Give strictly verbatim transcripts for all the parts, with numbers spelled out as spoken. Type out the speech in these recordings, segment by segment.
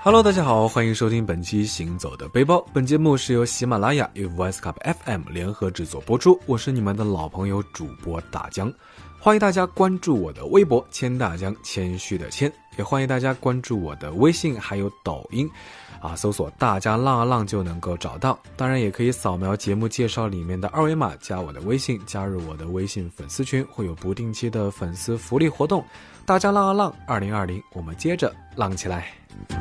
Hello， 大家好，欢迎收听本期行走的背包。本节目是由喜马拉雅与 Voice Cup F M 联合制作播出，我是你们的老朋友主播大江。欢迎大家关注我的微博谦大江，谦虚的谦，也欢迎大家关注我的微信还有抖音啊，搜索大江浪啊浪就能够找到。当然也可以扫描节目介绍里面的二维码加我的微信，加入我的微信粉丝群，会有不定期的粉丝福利活动。大江浪啊浪二零二零，我们接着浪起来。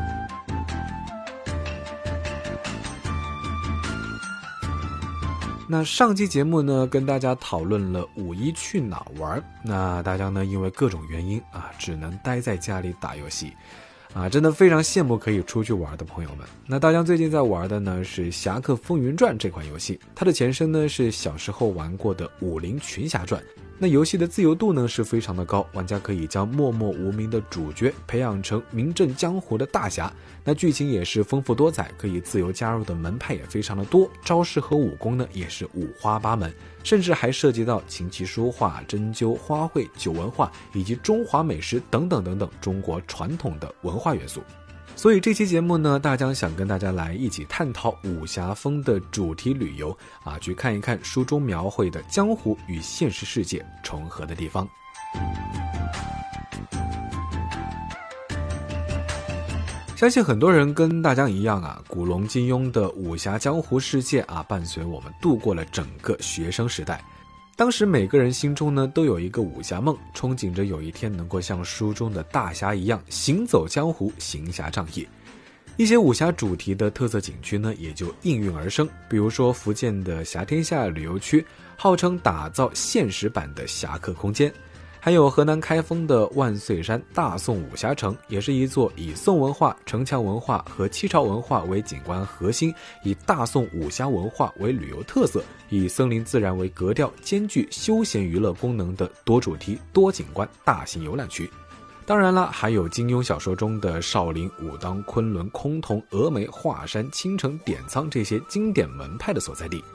那上期节目呢，跟大家讨论了五一去哪玩。那大家呢，因为各种原因啊，只能待在家里打游戏，啊，真的非常羡慕可以出去玩的朋友们。那大家最近在玩的呢是《侠客风云传》这款游戏，它的前身呢是小时候玩过的《武林群侠传》。那游戏的自由度呢是非常的高，玩家可以将默默无名的主角培养成名震江湖的大侠。那剧情也是丰富多彩，可以自由加入的门派也非常的多，招式和武功呢也是五花八门，甚至还涉及到琴棋书画、针灸、花卉、酒文化以及中华美食等等等等中国传统的文化元素。所以这期节目呢，大江想跟大家来一起探讨武侠风的主题旅游啊，去看一看书中描绘的江湖与现实世界重合的地方。相信很多人跟大江一样啊，古龙金庸的武侠江湖世界啊，伴随我们度过了整个学生时代。当时每个人心中呢都有一个武侠梦，憧憬着有一天能够像书中的大侠一样行走江湖，行侠仗义。一些武侠主题的特色景区呢也就应运而生，比如说福建的侠天下旅游区，号称打造现实版的侠客空间。还有河南开封的万岁山大宋武侠城，也是一座以宋文化、城墙文化和七朝文化为景观核心，以大宋武侠文化为旅游特色，以森林自然为格调，兼具休闲娱乐功能的多主题多景观大型游览区。当然了，还有金庸小说中的少林、武当、昆仑、崆峒、峨眉、华山、青城、点苍这些经典门派的所在地。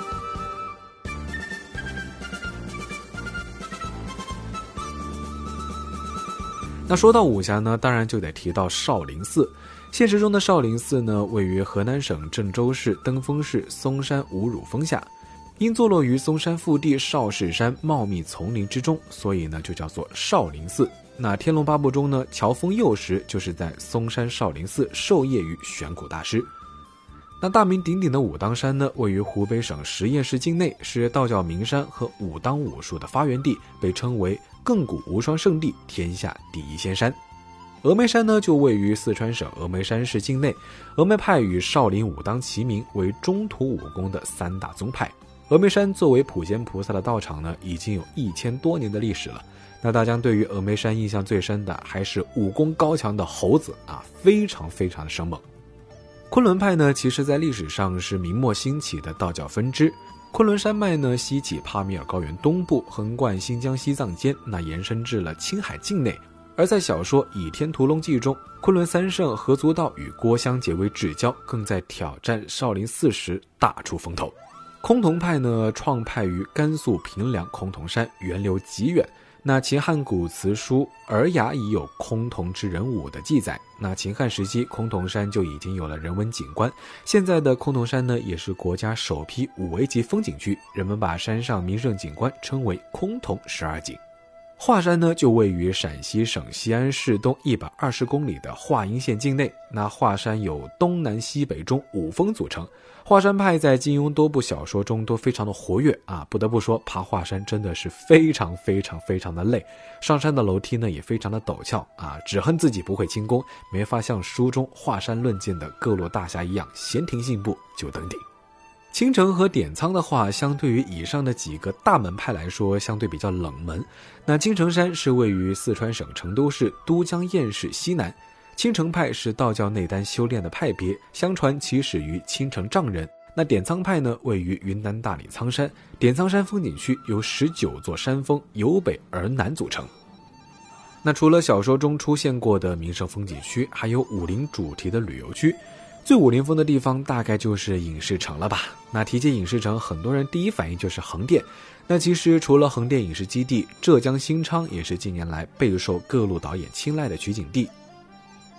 那说到武侠呢，当然就得提到少林寺。现实中的少林寺呢，位于河南省郑州市登封市嵩山五乳峰下，因坐落于嵩山腹地少室山茂密丛林之中，所以呢就叫做少林寺。那《天龙八部》中呢，乔峰幼时就是在嵩山少林寺授业于玄古大师。那大名鼎鼎的武当山呢，位于湖北省十堰市境内，是道教名山和武当武术的发源地，被称为亘古无双圣地，天下第一仙山。峨眉山呢，就位于四川省峨眉山市境内，峨眉派与少林、武当齐名，为中土武功的三大宗派。峨眉山作为普贤菩萨的道场呢，已经有一千多年的历史了。那大家对于峨眉山印象最深的还是武功高强的猴子啊，非常非常的生猛。昆仑派呢，其实在历史上是明末兴起的道教分支。昆仑山脉呢，西起帕米尔高原东部，横贯新疆西藏间，那延伸至了青海境内。而在小说《倚天屠龙记》中，昆仑三圣何足道与郭襄结为至交，更在挑战少林寺时大出风头。崆峒派呢，创派于甘肃平凉崆峒山，源流极远。那秦汉古辞书《尔雅》已有崆峒之人武的记载。那秦汉时期，崆峒山就已经有了人文景观。现在的崆峒山呢，也是国家首批五 A 级风景区，人们把山上名胜景观称为崆峒十二景。华山呢，就位于陕西省西安市东一百二十公里的华阴县境内。那华山有东南西北中五峰组成，华山派在金庸多部小说中都非常的活跃啊，不得不说爬华山真的是非常非常非常的累，上山的楼梯呢也非常的陡峭啊，只恨自己不会轻功，没法像书中华山论剑的各路大侠一样闲庭信步就登顶。青城和点苍的话，相对于以上的几个大门派来说，相对比较冷门。那青城山是位于四川省成都市都江堰市西南，青城派是道教内丹修炼的派别，相传起始于青城丈人。那点苍派呢，位于云南大理苍山，点苍山风景区由十九座山峰由北而南组成。那除了小说中出现过的名胜风景区，还有武林主题的旅游区。最武林风的地方大概就是影视城了吧。那提起影视城，很多人第一反应就是横店。那其实除了横店影视基地，浙江新昌也是近年来备受各路导演青睐的取景地。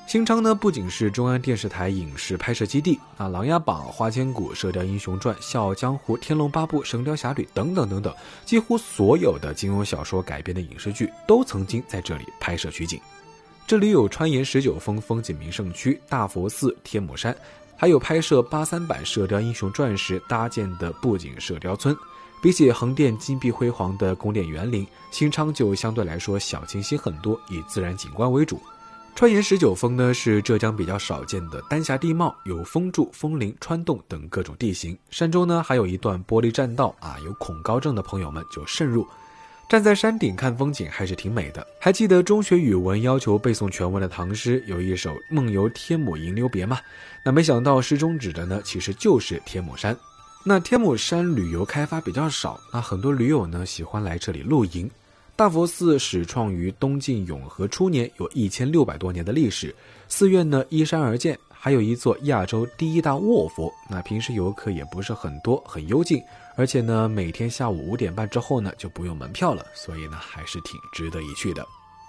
新昌呢不仅是中央电视台影视拍摄基地，那《琅琊榜》《花千骨》《射雕英雄传》《笑傲江湖》《天龙八部》《神雕侠侣》等等等等，几乎所有的金庸小说改编的影视剧都曾经在这里拍摄取景。这里有川沿十九峰风景名胜区、大佛寺、天目山，还有拍摄八三版《射雕英雄传》时搭建的布景射雕村。比起横店金碧辉煌的宫殿园林，新昌就相对来说小清新很多，以自然景观为主。川沿十九峰呢是浙江比较少见的丹霞地貌，有峰柱、峰林、川洞等各种地形。山中呢还有一段玻璃栈道啊，有恐高症的朋友们就慎入。站在山顶看风景还是挺美的。还记得中学语文要求背诵全文的唐诗有一首《梦游天姥吟留别》吗？那没想到诗中指的呢其实就是天目山。那天目山旅游开发比较少，那很多驴友呢喜欢来这里露营。大佛寺始创于东晋永和初年，有一千六百多年的历史。寺院呢依山而建，还有一座亚洲第一大卧佛。那平时游客也不是很多，很幽静，而且呢每天下午五点半之后呢就不用门票了，所以呢还是挺值得一去的。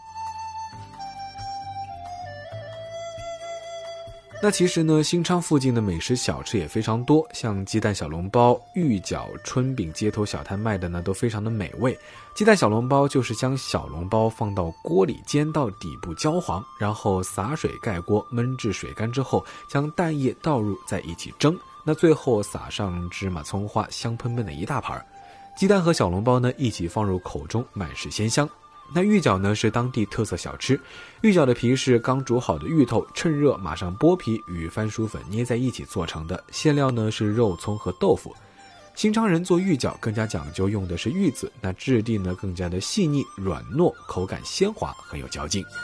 那其实呢，新昌附近的美食小吃也非常多，像鸡蛋小笼包、芋饺、春饼，街头小摊卖的呢都非常的美味。鸡蛋小笼包就是将小笼包放到锅里煎到底部焦黄，然后洒水盖锅焖至水干之后，将蛋液倒入在一起蒸，那最后撒上芝麻葱花，香喷喷的一大盘。鸡蛋和小笼包呢一起放入口中，满是鲜香。那芋饺呢是当地特色小吃，芋饺的皮是刚煮好的芋头，趁热马上剥皮，与番薯粉捏在一起做成的，馅料呢是肉葱和豆腐。新昌人做芋饺更加讲究，用的是芋子，那质地呢更加的细腻软糯，口感鲜滑，很有嚼劲。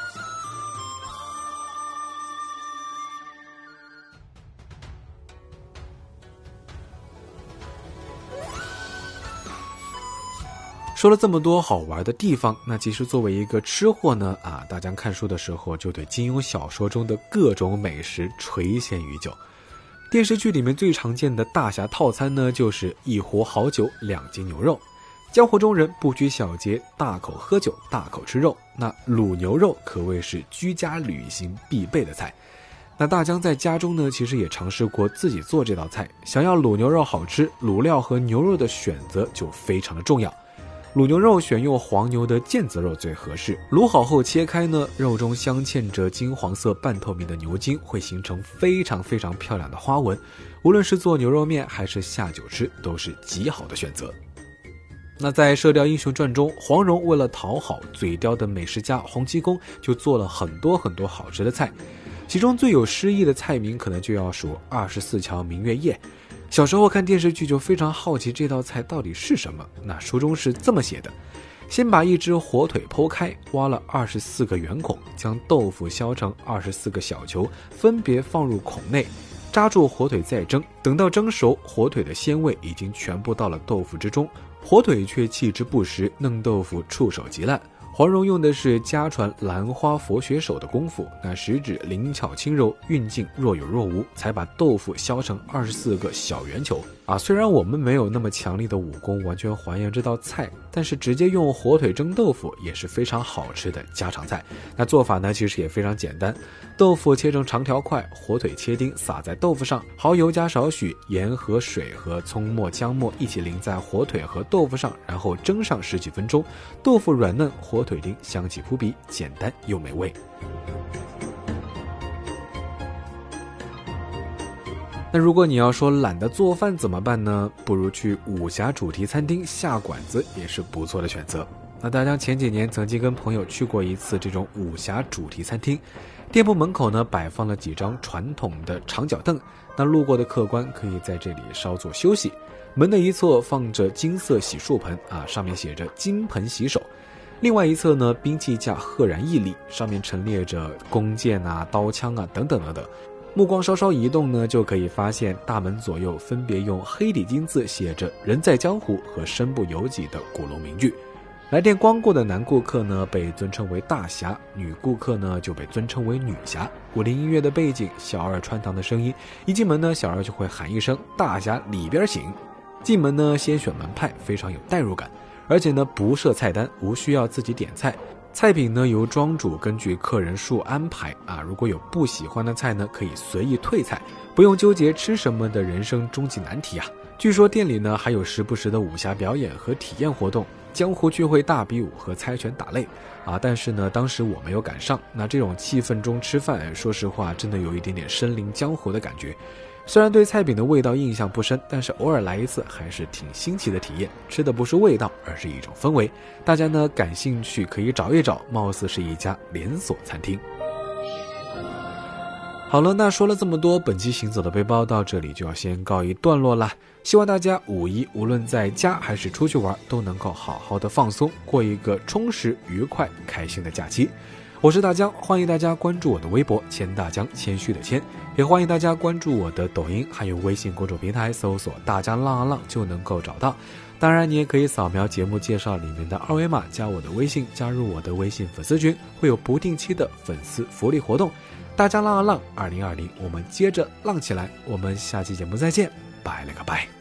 说了这么多好玩的地方，那其实作为一个吃货呢，啊，大家看书的时候就对金庸小说中的各种美食垂涎已久。电视剧里面最常见的大侠套餐呢，就是一壶好酒，两斤牛肉。江湖中人不拘小节，大口喝酒，大口吃肉。那卤牛肉可谓是居家旅行必备的菜。那大江在家中呢，其实也尝试过自己做这道菜。想要卤牛肉好吃，卤料和牛肉的选择就非常的重要。卤牛肉选用黄牛的腱子肉最合适，卤好后切开呢，肉中镶嵌着金黄色半透明的牛筋，会形成非常非常漂亮的花纹。无论是做牛肉面还是下酒吃，都是极好的选择。那在《射雕英雄传》中，黄蓉为了讨好嘴刁的美食家洪七公，就做了很多很多好吃的菜，其中最有诗意的菜名可能就要数二十四桥明月夜。小时候看电视剧就非常好奇这道菜到底是什么，那书中是这么写的：先把一只火腿剖开，挖了二十四个圆孔，将豆腐削成二十四个小球，分别放入孔内，扎住火腿再蒸，等到蒸熟，火腿的鲜味已经全部到了豆腐之中，火腿却弃之不食，嫩豆腐触手即烂。黄蓉用的是家传兰花佛学手的功夫，那食指灵巧轻柔，运劲若有若无，才把豆腐削成二十四个小圆球啊。虽然我们没有那么强力的武功完全还原这道菜，但是直接用火腿蒸豆腐也是非常好吃的家常菜。那做法呢其实也非常简单，豆腐切成长条块，火腿切丁撒在豆腐上，蚝油加少许，盐和水和葱末姜末一起淋在火腿和豆腐上，然后蒸上十几分钟，豆腐软嫩，火腿丁香气扑鼻，简单又美味。那如果你要说懒得做饭怎么办呢？不如去武侠主题餐厅下馆子也是不错的选择。那大家前几年曾经跟朋友去过一次这种武侠主题餐厅，店铺门口呢摆放了几张传统的长脚凳，那路过的客官可以在这里稍作休息。门的一侧放着金色洗漱盆啊，上面写着金盆洗手。另外一侧呢，兵器架赫然屹立，上面陈列着弓箭啊、刀枪啊等等等等。目光稍稍移动呢，就可以发现大门左右分别用黑底金字写着人在江湖和身不由己的古龙名句。来店光顾的男顾客呢被尊称为大侠，女顾客呢就被尊称为女侠。古灵音乐的背景，小二穿堂的声音，一进门呢小二就会喊一声大侠里边请。进门呢先选门派，非常有代入感，而且呢不设菜单，无需要自己点菜。 菜品呢由庄主根据客人数安排啊，如果有不喜欢的菜呢，可以随意退菜，不用纠结吃什么的人生终极难题啊。据说店里呢还有时不时的武侠表演和体验活动，江湖聚会大比武和猜拳打擂啊，但是呢当时我没有赶上，那这种气氛中吃饭，说实话真的有一点点身临江湖的感觉。虽然对菜饼的味道印象不深，但是偶尔来一次还是挺新奇的体验。吃的不是味道，而是一种氛围。大家呢感兴趣可以找一找，貌似是一家连锁餐厅。好了，那说了这么多，本期行走的背包到这里就要先告一段落了。希望大家五一无论在家还是出去玩，都能够好好的放松，过一个充实、愉快、开心的假期。我是大江，欢迎大家关注我的微博谦大江，谦虚的谦，也欢迎大家关注我的抖音还有微信公众平台，搜索大江浪啊浪就能够找到。当然你也可以扫描节目介绍里面的二维码，加我的微信，加入我的微信粉丝群，会有不定期的粉丝福利活动。大江浪啊浪二零二零，我们接着浪起来，我们下期节目再见，拜了个拜。